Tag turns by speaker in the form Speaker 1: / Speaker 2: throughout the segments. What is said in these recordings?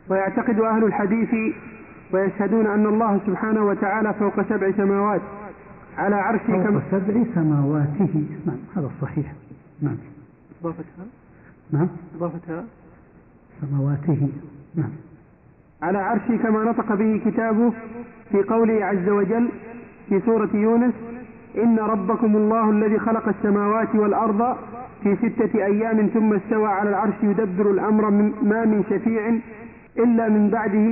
Speaker 1: ويعتقد أهل الحديث ويشهدون أن الله سبحانه وتعالى فوق 7 سماوات على عرشه
Speaker 2: فوق 7 سماواته. نعم هذا الصحيح. نعم
Speaker 1: إضافتها.
Speaker 2: نعم
Speaker 1: إضافتها
Speaker 2: سماواته. نعم
Speaker 1: على عرشه كما نطق به كتابه في قوله عز وجل في سورة يونس: إن ربكم الله الذي خلق السماوات والأرض في 6 أيام ثم استوى على العرش يدبر الأمر ما من شفيع إلا من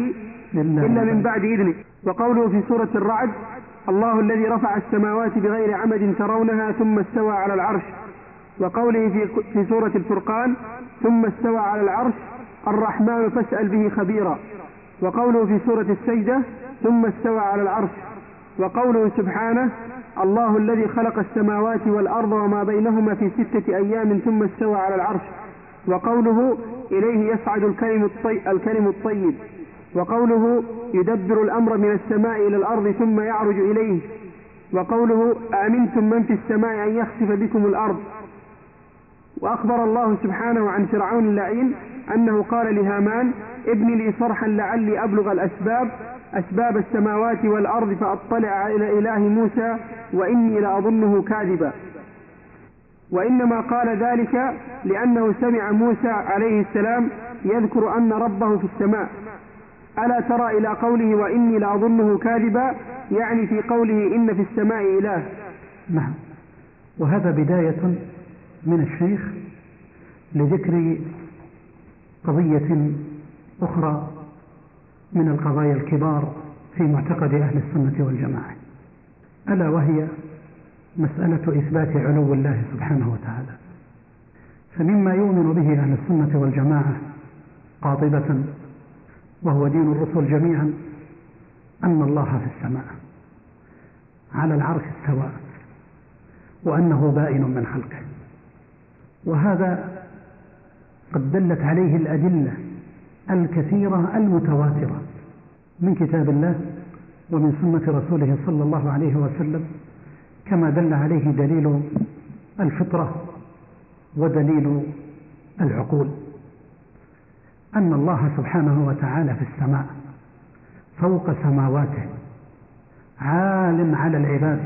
Speaker 1: بعد إذنه. وقوله في سورة الرعد: الله الذي رفع السماوات بغير عمد ترونها ثم استوى على العرش. وقوله في سورة الفرقان: ثم استوى على العرش الرحمن فاسأل به خبيرا. وقوله في سورة السجدة: ثم استوى على العرش. وقوله سبحانه: الله الذي خلق السماوات والأرض وما بينهما في 6 أيام ثم استوى على العرش. وقوله: إليه يصعد الكلم الطيب. وقوله: يدبر الأمر من السماء إلى الأرض ثم يعرج إليه. وقوله: أأمنتم من في السماء أن يخسف بكم الأرض. وأخبر الله سبحانه عن فرعون اللعين أنه قال لهامان: ابن لي صرحا لعلي أبلغ أسباب السماوات والأرض فأطلع إلى إله موسى وإني لأظنه كاذبا. وإنما قال ذلك لأنه سمع موسى عليه السلام يذكر أن ربه في السماء. ألا ترى إلى قوله وإني لأظنه كاذبا، يعني في قوله إن في السماء إله.
Speaker 2: نعم. وهذا بداية من الشيخ لذكر قضية أخرى من القضايا الكبار في معتقد أهل السنة والجماعة، ألا وهي مسألة إثبات علو الله سبحانه وتعالى. فمما يؤمن به أهل السنة والجماعة قاطبة وهو دين الرسل جميعا أن الله في السماء على العرش استوى وأنه بائن من خلقه. وهذا قد دلت عليه الأدلة الكثيرة المتواترة من كتاب الله ومن سنة رسوله صلى الله عليه وسلم، كما دل عليه دليل الفطرة ودليل العقول، أن الله سبحانه وتعالى في السماء فوق سماواته عال على العباد،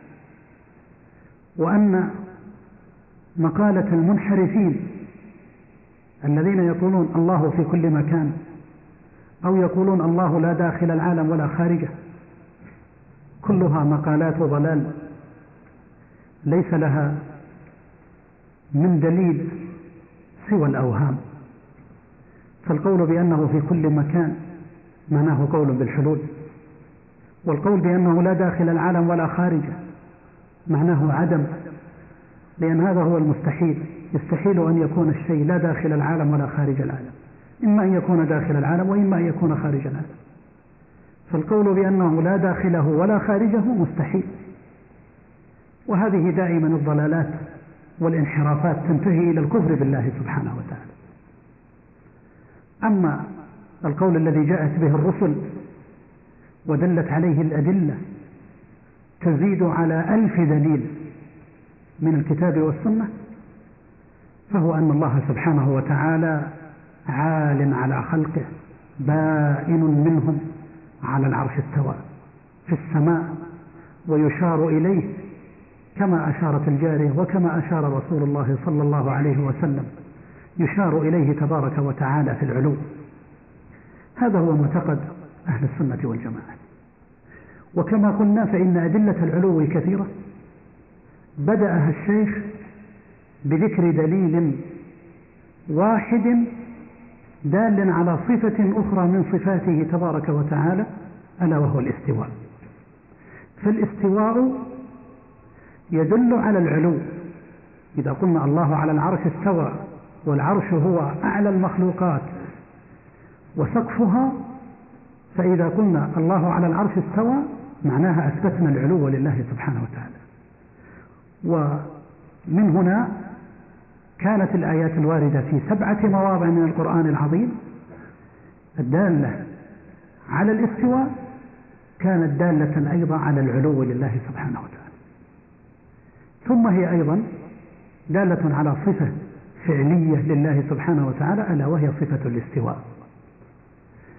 Speaker 2: وأن مقالة المنحرفين الذين يقولون الله في كل مكان أو يقولون الله لا داخل العالم ولا خارجه كلها مقالات ضلال ليس لها من دليل سوى الأوهام. فالقول بأنه في كل مكان معناه قول بالحلول، والقول بأنه لا داخل العالم ولا خارجه معناه عدم، لأن هذا هو المستحيل. يستحيل أن يكون الشيء لا داخل العالم ولا خارج العالم، إما أن يكون داخل العالم وإما أن يكون خارج العالم. فالقول بأنه لا داخله ولا خارجه مستحيل. وهذه دائما الضلالات والانحرافات تنتهي إلى الكفر بالله سبحانه وتعالى. أما القول الذي جاءت به الرسل ودلت عليه الأدلة تزيد على 1000 دليل من الكتاب والسنة، فهو أن الله سبحانه وتعالى عال على خلقه بائن منهم على العرش استوى في السماء، ويشار إليه كما أشارت الجارية وكما أشار رسول الله صلى الله عليه وسلم، يشار إليه تبارك وتعالى في العلو. هذا هو معتقد أهل السنة والجماعة. وكما قلنا فإن أدلة العلو كثيرة، بدأها الشيخ بذكر دليل واحد دال على صفة أخرى من صفاته تبارك وتعالى، ألا وهو الاستواء. فالاستواء يدل على العلو. إذا قلنا الله على العرش استوى والعرش هو أعلى المخلوقات وسقفها، فإذا قلنا الله على العرش استوى معناها أثبتنا العلو لله سبحانه وتعالى. ومن هنا كانت الآيات الواردة في 7 مواضع من القرآن العظيم الدالة على الاستواء كانت دالة أيضا على العلو لله سبحانه وتعالى. ثم هي أيضا دالة على صفة فعلية لله سبحانه وتعالى، ألا وهي صفة الاستواء.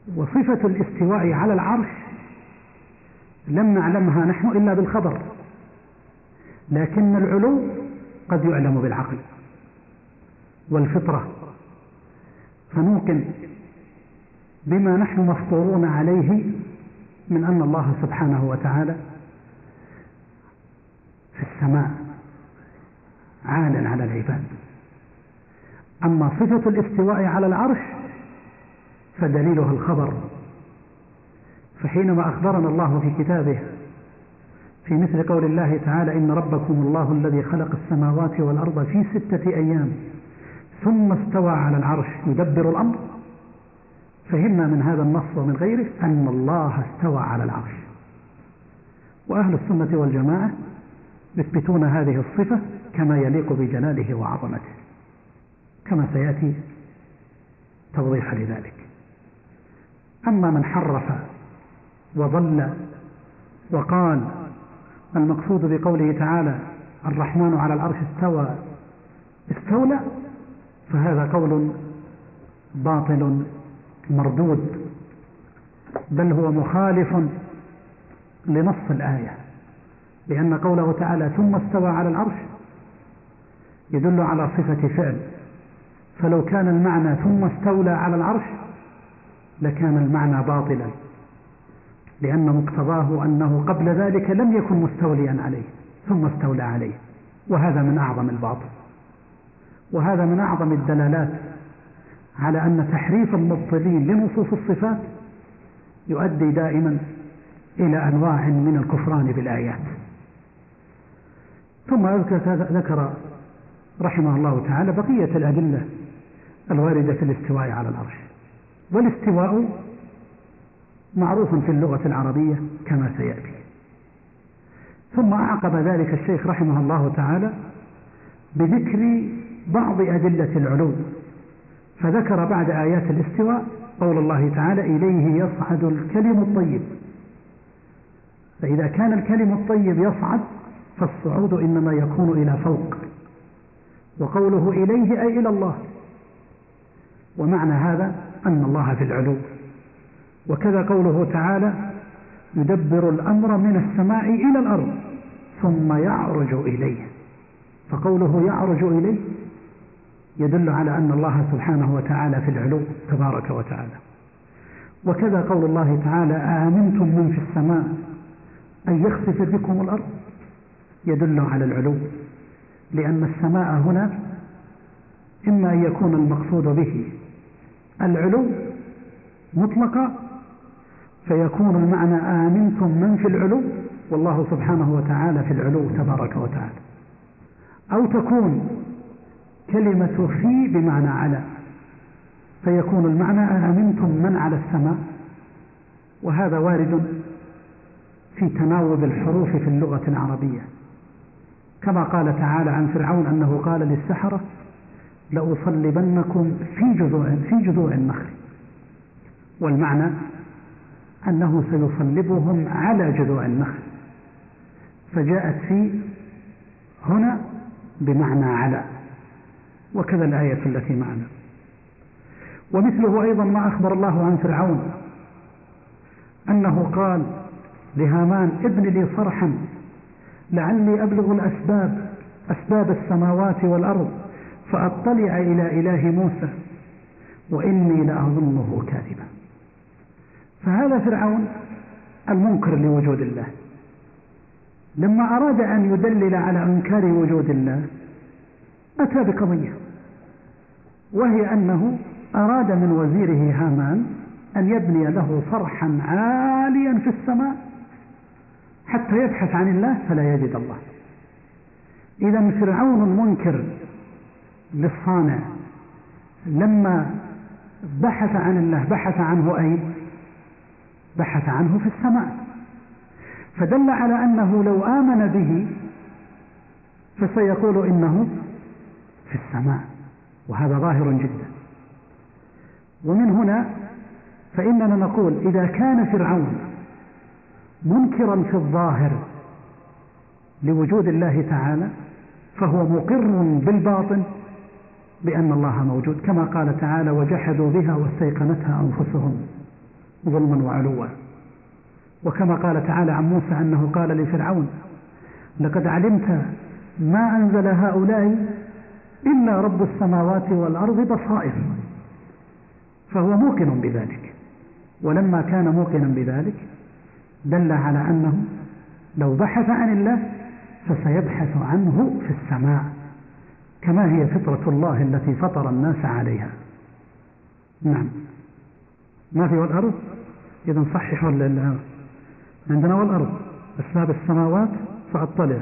Speaker 2: وصفة الاستواء على العرش لم نعلمها نحن إلا بالخبر، لكن العلو قد يعلم بالعقل والفطرة، فنوقن بما نحن مفطورون عليه من أن الله سبحانه وتعالى في السماء عال على العباد. أما صفة الاستواء على العرش فدليلها الخبر، فحينما أخبرنا الله في كتابه في مثل قول الله تعالى إن ربكم الله الذي خلق السماوات والأرض في 6 أيام ثم استوى على العرش يدبر الأمر، فهمنا من هذا النص ومن غيره أن الله استوى على العرش. وأهل السنة والجماعة يثبتون هذه الصفة كما يليق بجلاله وعظمته، كما سيأتي توضيح لذلك. أما من حرف وضل وقال المقصود بقوله تعالى الرحمن على العرش استولى، فهذا قول باطل مردود، بل هو مخالف لنص الآية، لأن قوله تعالى ثم استوى على العرش يدل على صفة فعل، فلو كان المعنى ثم استولى على العرش لكان المعنى باطلا، لأن مقتضاه أنه قبل ذلك لم يكن مستوليا عليه ثم استولى عليه، وهذا من أعظم الباطل، وهذا من أعظم الدلالات على أن تحريف المبطلين لنصوص الصفات يؤدي دائما إلى أنواع من الكفران بالآيات. ثم ذكر رحمه الله تعالى بقية الأدلة الواردة في الاستواء على العرش. والاستواء معروف في اللغة العربية كما سيأتي. ثم أعقب ذلك الشيخ رحمه الله تعالى بذكر بعض أدلة العلو، فذكر بعد آيات الاستواء قول الله تعالى إليه يصعد الكلم الطيب، فإذا كان الكلم الطيب يصعد فالصعود إنما يكون إلى فوق، وقوله إليه أي إلى الله، ومعنى هذا أن الله في العلو. وكذا قوله تعالى يدبر الأمر من السماء إلى الأرض ثم يعرج إليه، فقوله يعرج إليه يدل على أن الله سبحانه وتعالى في العلو تبارك وتعالى. وكذا قول الله تعالى آمنتم من في السماء أن يخسف بكم الأرض يدل على العلو، لأن السماء هنا إما أن يكون المقصود به العلو مطلقا فيكون المعنى آمنتم من في العلو والله سبحانه وتعالى في العلو تبارك وتعالى، أو تكون كلمة في بمعنى على فيكون المعنى آمنتم من على السماء، وهذا وارد في تناوب الحروف في اللغة العربية، كما قال تعالى عن فرعون أنه قال للسحرة لأصلبنكم في جذوع النخل، والمعنى أنه سيصلبهم على جذوع النخل، فجاءت في هنا بمعنى على، وكذا الآية التي معنا. ومثله أيضا ما أخبر الله عن فرعون أنه قال لهامان ابن لي صرحا لعلي أبلغ أسباب السماوات والأرض فأطلع إلى إله موسى وإني لأظنه كاذبا. فهذا فرعون المنكر لوجود الله، لما أراد أن يدلل على إنكار وجود الله أتى بقضية، وهي أنه أراد من وزيره هامان أن يبني له صرحا عاليا في السماء حتى يبحث عن الله فلا يجد الله. إذا فرعون المنكر للصانع لما بحث عن الله بحث عنه أين؟ بحث عنه في السماء، فدل على أنه لو آمن به فسيقول إنه في السماء، وهذا ظاهر جدا. ومن هنا فإننا نقول إذا كان فرعون منكرا في الظاهر لوجود الله تعالى فهو مقر بالباطن بأن الله موجود، كما قال تعالى وجحدوا بها واستيقنتها أنفسهم ظلما وعلوا. وكما قال تعالى عن موسى أنه قال لفرعون: لقد علمت ما أنزل هؤلاء إلا رب السماوات والأرض بصائر. فهو موقن بذلك، ولما كان موقنا بذلك دل على أنه لو بحث عن الله فسيبحث عنه في السماء، كما هي فطرة الله التي فطر الناس عليها. نعم. ما في والأرض؟ إذن صححوا عندنا والأرض أسباب السماوات فأطلع.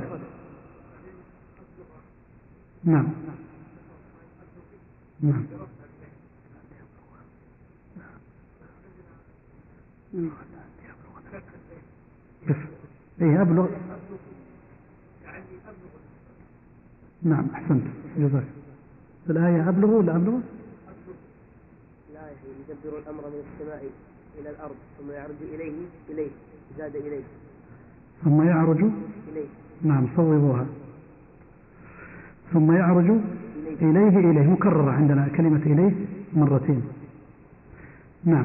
Speaker 2: نعم نعم إيه أبلغ. نعم أحسنت جزاك. الآية أبلغ ولا أبلغ؟
Speaker 3: الآية يدبر الأمر من السماء إلى الأرض ثم يعرج إليه زاد إليه
Speaker 2: ثم يعرج
Speaker 3: إليه.
Speaker 2: نعم صوبوها. ثم يعرج إليه مكررة عندنا كلمة إليه مرتين. نعم.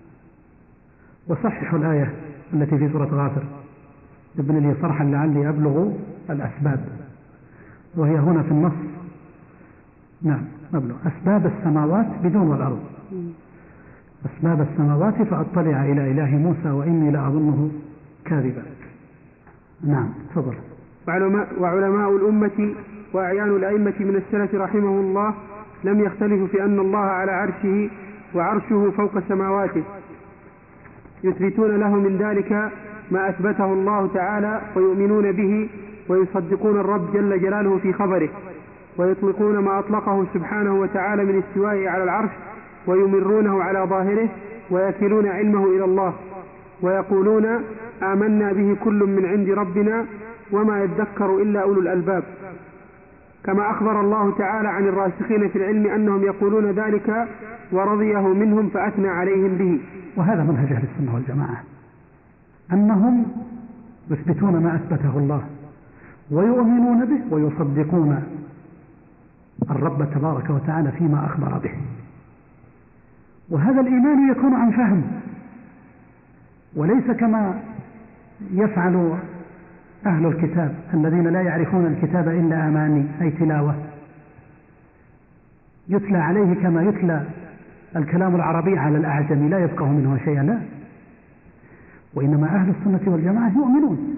Speaker 2: وصححوا الآية التي في سورة غافر: ابن لي صرحا لعلي أبلغ الأسباب، وهي هنا في النص. نعم أبلغ أسباب السماوات بدون والأرض، أسباب السماوات فأطلع إلى إله موسى وإني لأظنه كاذبا. نعم تفضل.
Speaker 1: وعلماء الأمة وأعيان الأئمة من السلف رحمه الله لم يختلفوا في أن الله على عرشه وعرشه فوق سماواته، يثبتون له من ذلك ما أثبته الله تعالى ويؤمنون به ويصدقون الرب جل جلاله في خبره، ويطلقون ما أطلقه سبحانه وتعالى من استوائه على العرش ويمرونه على ظاهره ويكلون علمه إلى الله، ويقولون آمنا به كل من عند ربنا وما يذكر إلا أولو الألباب، كما أخبر الله تعالى عن الراسخين في العلم أنهم يقولون ذلك ورضيه منهم فأثنى عليهم به.
Speaker 2: وهذا منهج أهل السنة والجماعة، أنهم يثبتون ما أثبته الله ويؤمنون به ويصدقون الرب تبارك وتعالى فيما أخبر به. وهذا الإيمان يكون عن فهم، وليس كما يفعل أهل الكتاب الذين لا يعرفون الكتاب إلا أماني، أي تلاوة يتلى عليه كما يتلى الكلام العربي على الأعجمي لا يفقه منه شيئا. لا، وإنما أهل السنة والجماعة يؤمنون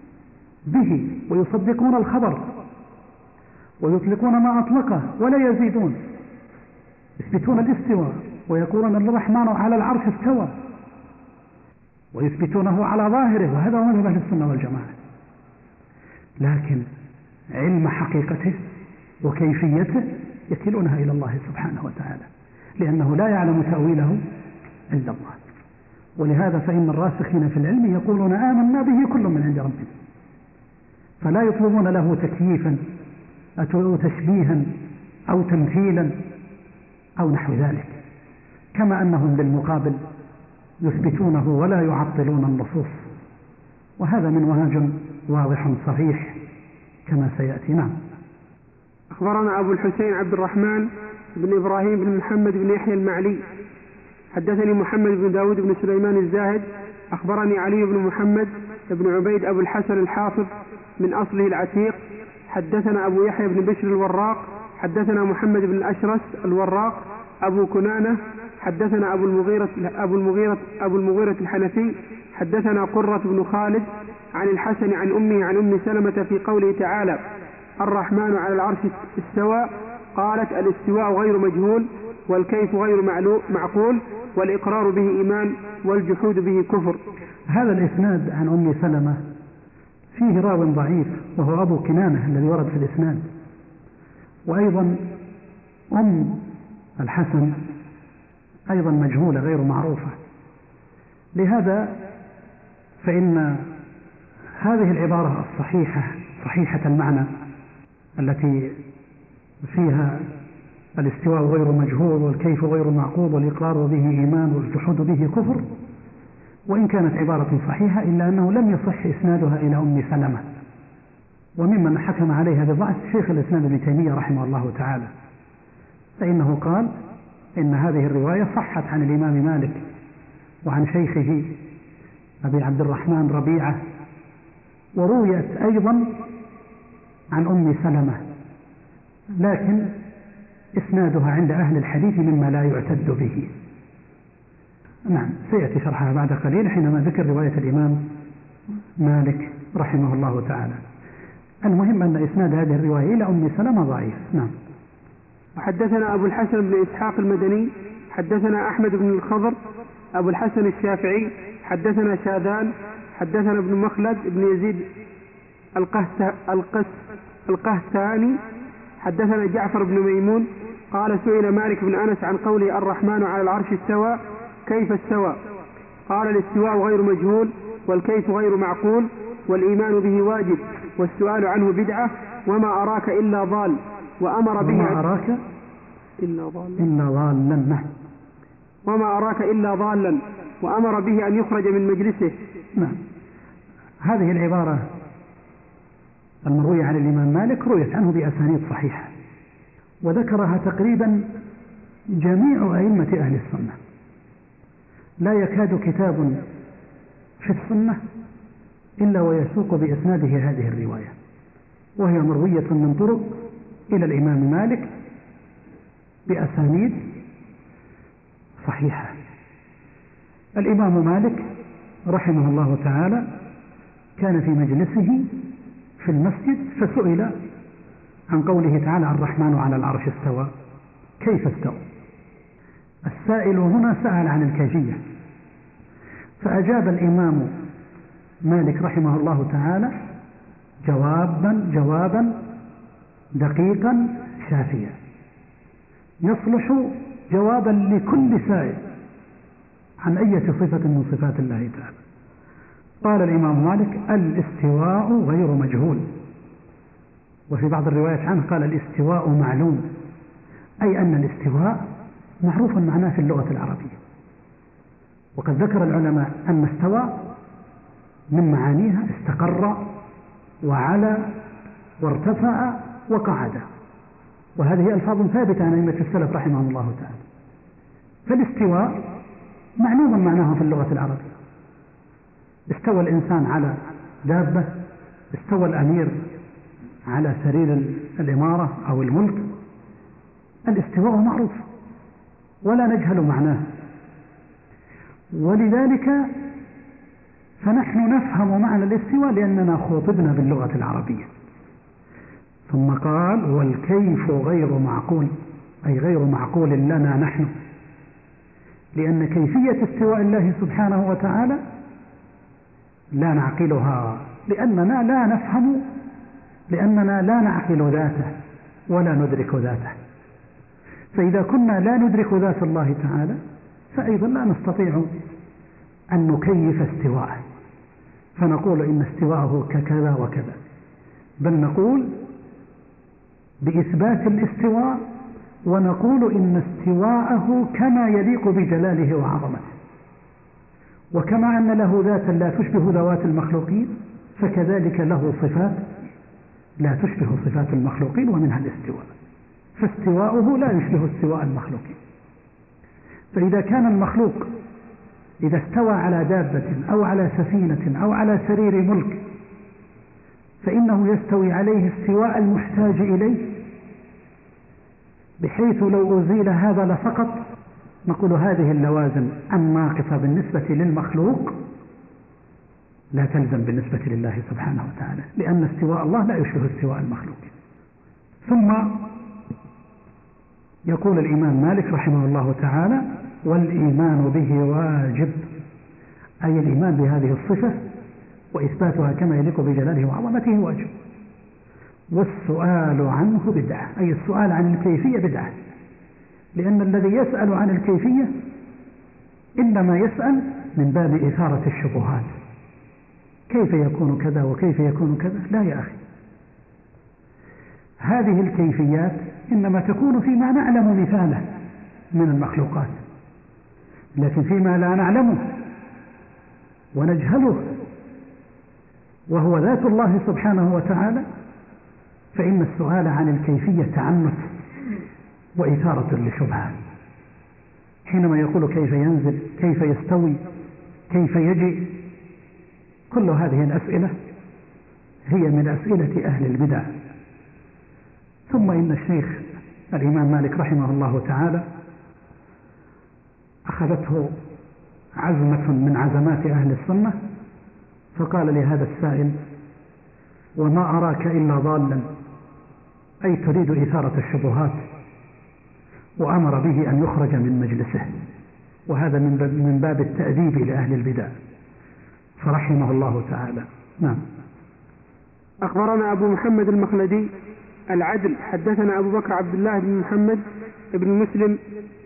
Speaker 2: به ويصدقون الخبر ويطلقون ما أطلقه ولا يزيدون، يثبتون الاستواء ويقولون أن الرحمن على العرش استوى ويثبتونه على ظاهره، وهذا هو مذهب أهل السنة والجماعة. لكن علم حقيقته وكيفيته يكلونها إلى الله سبحانه وتعالى، لأنه لا يعلم تأويله إلا الله. ولهذا فإن الراسخين في العلم يقولون آمنا به كل من عند ربنا، فلا يطلبون له تكييفا أو تشبيها أو تمثيلا أو نحو ذلك، كما أنهم بالمقابل يثبتونه ولا يعطلون النصوص. وهذا من وهج واضح صريح كما سيأتي. نعم.
Speaker 1: أخبرنا أبو الحسين عبد الرحمن بن إبراهيم بن محمد بن يحيى المعلي حدثني محمد بن داود بن سليمان الزاهد أخبرني علي بن محمد بن عبيد أبو الحسن الحافظ من أصله العتيق حدثنا أبو يحيى بن بشر الوراق حدثنا محمد بن الأشرس الوراق أبو كنانة حدثنا أبو المغيرة الحنفي حدثنا قرة بن خالد عن الحسن عن أمه عن أم سلمة في قوله تعالى الرحمن على العرش استوى، قالت الاستواء غير مجهول والكيف غير معقول والإقرار به إيمان والجحود به كفر.
Speaker 2: هذا الإسناد عن أم سلمة فيه راو ضعيف وهو أبو كنانة الذي ورد في الإسناد، وأيضا أم الحسن أيضا مجهولة غير معروفة. لهذا فإن هذه العبارة الصحيحة صحيحة المعنى التي فيها الاستواء غير مجهول والكيف غير معقول والإقرار به إيمان والجحود به كفر، وإن كانت عبارة صحيحة إلا أنه لم يصح إسنادها إلى أم سلمة. وممن حكم عليها بضعف شيخ الإسلام ابن تيمية رحمه الله تعالى، فإنه قال إن هذه الرواية صحت عن الإمام مالك وعن شيخه أبي عبد الرحمن ربيعة، ورويت أيضا عن أم سلمة، لكن إسنادها عند أهل الحديث مما لا يعتد به. نعم، سيأتي شرحها بعد قليل حينما ذكر رواية الإمام مالك رحمه الله تعالى. المهم أن إسناد هذه الرواية إلى أم سلمة ضعيف. نعم.
Speaker 1: وحدثنا أبو الحسن بن إسحاق المدني حدثنا أحمد بن الخضر أبو الحسن الشافعي حدثنا شاذان حدثنا ابن مخلد بن يزيد القهتاني حدثنا جعفر بن ميمون قال سئل مالك بن أنس عن قوله الرحمن على العرش استوى كيف استوى؟ قال الاستواء غير مجهول والكيف غير معقول والإيمان به واجب والسؤال عنه بدعة وما أراك إلا ضال وأمر به
Speaker 2: وما أراك إلا ضالا
Speaker 1: وما أراك إلا ضالا وأمر به أن يخرج من مجلسه.
Speaker 2: نعم. هذه العبارة المروية عن الإمام مالك رويت عنه بأسانيد صحيحة، وذكرها تقريبا جميع أئمة أهل السنة. لا يكاد كتاب في السنة إلا ويسوق بإسناده هذه الرواية، وهي مروية من طرق إلى الإمام مالك بأسانيد صحيحة. الإمام مالك رحمه الله تعالى كان في مجلسه في المسجد فسئل عن قوله تعالى الرحمن على العرش استوى كيف استوى؟ السائل هنا سأل عن الكيفية، فأجاب الإمام مالك رحمه الله تعالى جوابا دقيقا شافيا يصلح جوابا لكل سائل عن أي صفة من صفات الله تعالى. قال الإمام مالك الاستواء غير مجهول، وفي بعض الروايات عنه قال الاستواء معلوم، أي أن الاستواء معروف معناه في اللغة العربية. وقد ذكر العلماء أن استوى من معانيها استقر وعلى وارتفع وقعد، وهذه ألفاظ ثابتة عن أئمة السلف رحمهم الله تعالى. فالاستواء معلوم معناه في اللغة العربية. استوى الإنسان على دابة، استوى الأمير على سرير الإمارة أو الملك. الاستواء معروف ولا نجهل معناه، ولذلك فنحن نفهم معنى الاستواء لأننا خوطبنا باللغة العربية. ثم قال والكيف غير معقول، أي غير معقول لنا نحن، لأن كيفية استواء الله سبحانه وتعالى لا نعقلها، لأننا لا نفهم، لأننا لا نعقل ذاته ولا ندرك ذاته. فإذا كنا لا ندرك ذات الله تعالى فأيضا لا نستطيع أن نكيف استواءه، فنقول إن استواءه ككذا وكذا، بل نقول بإثبات الاستواء ونقول إن استواءه كما يليق بجلاله وعظمته. وكما أن له ذاتا لا تشبه ذوات المخلوقين فكذلك له صفات لا تشبه صفات المخلوقين ومنها الاستواء، فاستواؤه لا يشبه استواء المخلوقين. فإذا كان المخلوق إذا استوى على دابة أو على سفينة أو على سرير ملك فإنه يستوي عليه استواء المحتاج إليه، بحيث لو أزيل هذا لسقط. نقول هذه اللوازم الناقصة بالنسبة للمخلوق لا تلزم بالنسبة لله سبحانه وتعالى، لأن استواء الله لا يشبه استواء المخلوق. ثم يقول الإمام مالك رحمه الله تعالى والإيمان به واجب، أي الإيمان بهذه الصفة وإثباتها كما يليق بجلاله وعظمته واجب. والسؤال عنه بدعة، أي السؤال عن الكيفية بدعة، لأن الذي يسأل عن الكيفية إنما يسأل من باب إثارة الشبهات، كيف يكون كذا وكيف يكون كذا. لا يا أخي، هذه الكيفيات إنما تكون فيما نعلم مثاله من المخلوقات، لكن فيما لا نعلمه ونجهله وهو ذات الله سبحانه وتعالى فإن السؤال عن الكيفية تعنت وإثارة لشبهة. حينما يقول كيف ينزل، كيف يستوي، كيف يجي؟ كل هذه الأسئلة هي من أسئلة أهل البدع. ثم إن الشيخ الإمام مالك رحمه الله تعالى أخذته عزمة من عزمات أهل السنة، فقال لهذا السائل: وما أراك إلا ضالا، أي تريد إثارة الشبهات، وأمر به أن يخرج من مجلسه، وهذا من باب التأديب لأهل البدع، فرحمه الله تعالى. نعم.
Speaker 1: أخبرنا أبو محمد المخلدي العدل حدثنا أبو بكر عبد الله بن محمد بن مسلم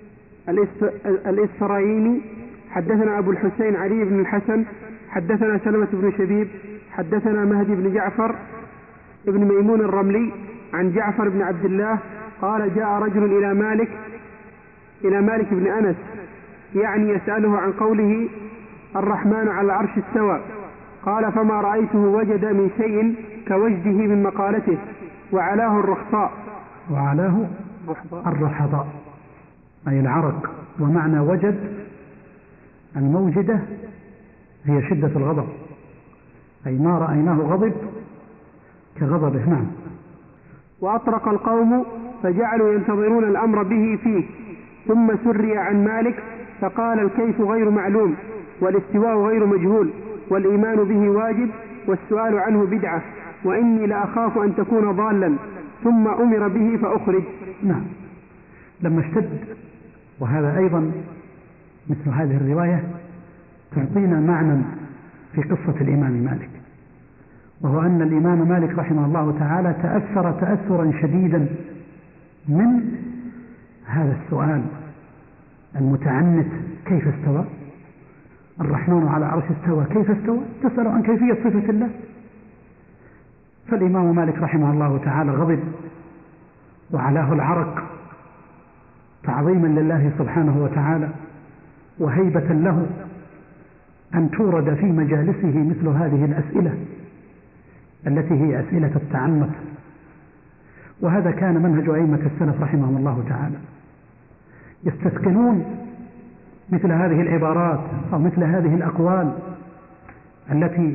Speaker 1: الإسفرايني حدثنا أبو الحسين علي بن الحسن حدثنا سلمة بن شبيب حدثنا مهدي بن جعفر بن ميمون الرملي عن جعفر بن عبد الله قال: جاء رجل إلى مالك بن أنس، يعني يسأله عن قوله الرحمن على العرش استوى، قال: فما رأيته وجد من شيء كوجده من مقالته، وعلاه الرخصاء.
Speaker 2: وعلاه الرحضاء أي العرق، ومعنى وجد الموجدة هي شدة الغضب، أي ما رأيناه غضب كغضبه. نعم.
Speaker 1: وأطرق القوم فجعلوا ينتظرون الأمر به فيه، ثم سري عن مالك فقال: الكيف غير معلوم، والاستواء غير مجهول، والإيمان به واجب، والسؤال عنه بدعة، وإني لأخاف أن تكون ضالا، ثم أمر به فأخرج.
Speaker 2: نعم. لما اشتد، وهذا أيضا مثل هذه الرواية تعطينا معنى في قصة الإمام مالك، وهو أن الإمام مالك رحمه الله تعالى تأثر تأثرا شديدا من هذا السؤال المتعنت: كيف استوى؟ الرحمن على عرش استوى، كيف استوى؟ تسأل عن كيفية صفة الله. فالإمام مالك رحمه الله تعالى غضب وعلاه العرق تعظيما لله سبحانه وتعالى، وهيبة له أن تورد في مجالسه مثل هذه الأسئلة التي هي أسئلة التعنت. وهذا كان منهج أئمة السلف رحمهم الله تعالى، يستثقلون مثل هذه العبارات أو مثل هذه الأقوال التي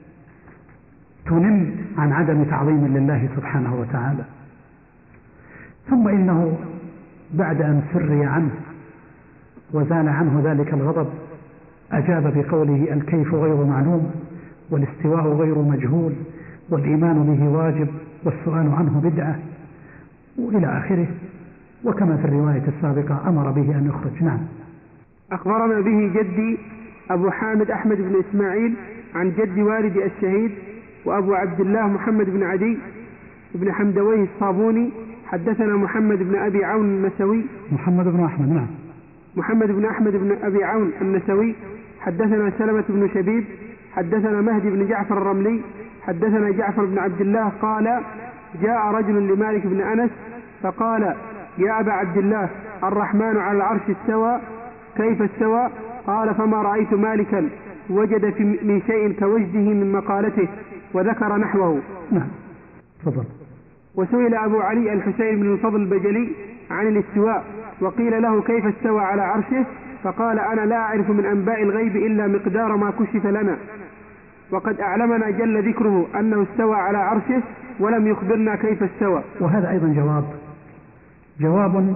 Speaker 2: تنم عن عدم تعظيم لله سبحانه وتعالى. ثم إنه بعد أن سري عنه وزال عنه ذلك الغضب أجاب بقوله: الكيف غير معلوم، والاستواء غير مجهول، والإيمان به واجب، والسؤال عنه بدعة، وإلى آخره. وكما في الرواية السابقة أمر به أن يخرج. نعم.
Speaker 1: أخبرنا به جدي أبو حامد أحمد بن إسماعيل عن جد والدي الشهيد وأبو عبد الله محمد بن عدي بن حمدويه الصابوني حدثنا محمد بن أبي عون النسوي.
Speaker 2: محمد بن أحمد. نعم.
Speaker 1: محمد بن أحمد بن أبي عون النسوي حدثنا سلمة بن شبيب حدثنا مهدي بن جعفر الرملي حدثنا جعفر بن عبد الله قال: جاء رجل لمالك بن أنس فقال: يا أبا عبد الله، الرحمن على العرش استوى، كيف استوى؟ قال: فما رأيت مالكا وجد من شيء كوجده من مقالته، وذكر نحوه.
Speaker 2: نعم. تفضل.
Speaker 1: وسئل أبو علي الحسين بن الفضل البجلي عن الاستواء، وقيل له: كيف استوى على عرشه؟ فقال: أنا لا أعرف من أنباء الغيب إلا مقدار ما كشف لنا، وقد أعلمنا جل ذكره أنه استوى على عرشه، ولم يخبرنا كيف استوى.
Speaker 2: وهذا أيضا جواب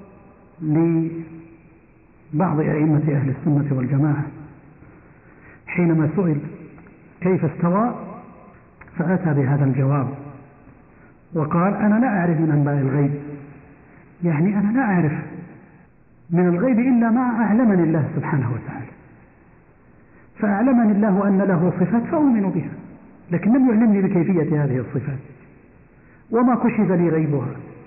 Speaker 2: لبعض أئمة أهل السنة والجماعة حينما سئل كيف استوى فأتى بهذا الجواب وقال: أنا لا أعرف من أنباء الغيب، يعني أنا لا أعرف من الغيب إلا ما أعلمني الله سبحانه وتعالى، فأعلمني الله أن له صفات فأؤمن بها، لكن لم يعلمني بكيفية هذه الصفات وما كشف لي غيبها،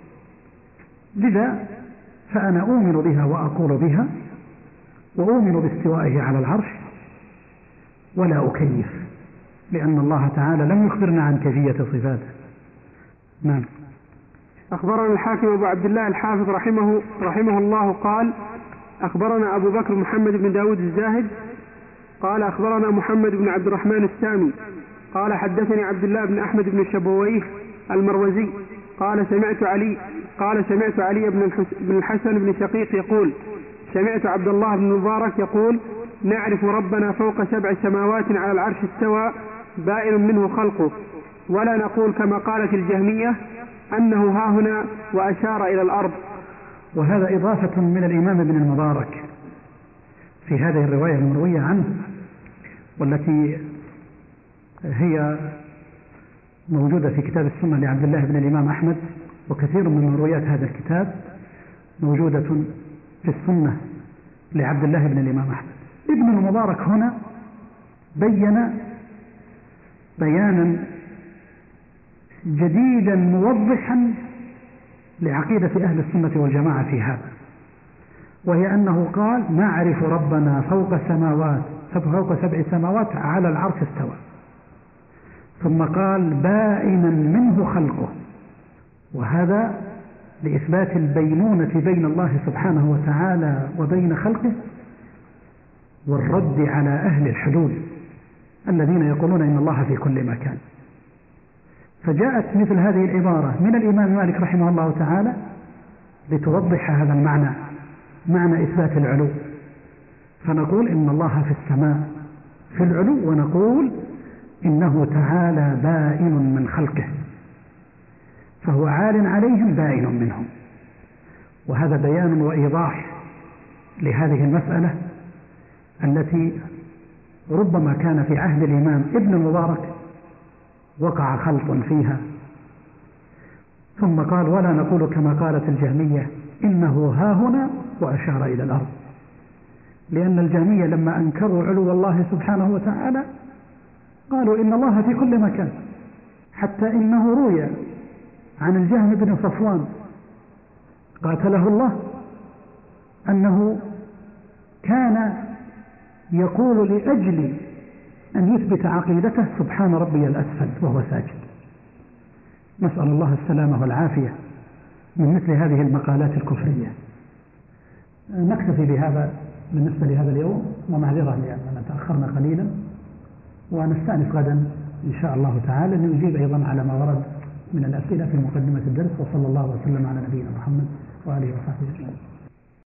Speaker 2: لذا فأنا أؤمن بها وأقول بها، وأؤمن باستوائه على العرش ولا أكيف، لأن الله تعالى لم يخبرنا عن كيفية صفاته. نعم.
Speaker 1: أخبرنا الحاكم أبو عبد الله الحافظ رحمه الله قال: أخبرنا أبو بكر محمد بن داود الزاهد قال: أخبرنا محمد بن عبد الرحمن السامي قال: حدثني عبد الله بن أحمد بن شبويه المروزي قال: سمعت علي بن الحسن بن شقيق يقول: سمعت عبد الله بن مبارك يقول: نعرف ربنا فوق 7 سماوات على العرش استوى بائن منه خلقه، ولا نقول كما قالت الجهمية أنه ها هنا وأشار إلى الأرض.
Speaker 2: وهذا إضافة من الإمام ابن المبارك في هذه الرواية المروية عنه، والتي هي موجودة في كتاب السنة لعبد الله بن الإمام أحمد، وكثير من مرويات هذا الكتاب موجودة في السنة لعبد الله بن الإمام أحمد. ابن المبارك هنا بين بيانا جديدا موضحا لعقيدة أهل السنة والجماعة في هذا، وهي أنه قال نعرف ربنا فوق 7 سماوات على العرش استوى، ثم قال بائنا منه خلقه، وهذا لإثبات البينونة بين الله سبحانه وتعالى وبين خلقه، والرد على أهل الحلول الذين يقولون إن الله في كل مكان. فجاءت مثل هذه العبارة من الإمام مالك رحمه الله تعالى لتوضح هذا المعنى، معنى إثبات العلو، فنقول إن الله في السماء في العلو، ونقول إنه تعالى بائن من خلقه، فهو عال عليهم بائن منهم. وهذا بيان وإيضاح لهذه المسألة التي ربما كان في عهد الإمام ابن المبارك وقع خلط فيها. ثم قال ولا نقول كما قالت الجهمية إنه ها هنا وأشار إلى الأرض، لأن الجهمية لما أنكروا علو الله سبحانه وتعالى قالوا إن الله في كل مكان، حتى إنه روي عن الجهم بن صفوان قاتله الله أنه كان يقول لأجل أن يثبت عقيدته سبحان ربي الأسفل وهو ساجد. نسأل الله السلامة والعافية من مثل هذه المقالات الكفرية. نكتفي بهذا بالنسبة لهذا اليوم، ومعذرة لأننا تأخرنا قليلا، ونستأنف غدا إن شاء الله تعالى نجيب أيضا على ما ورد من الأسئلة في مقدمة الدرس. وصلى الله وسلم على نبينا محمد وآله وصحبه أجمعين.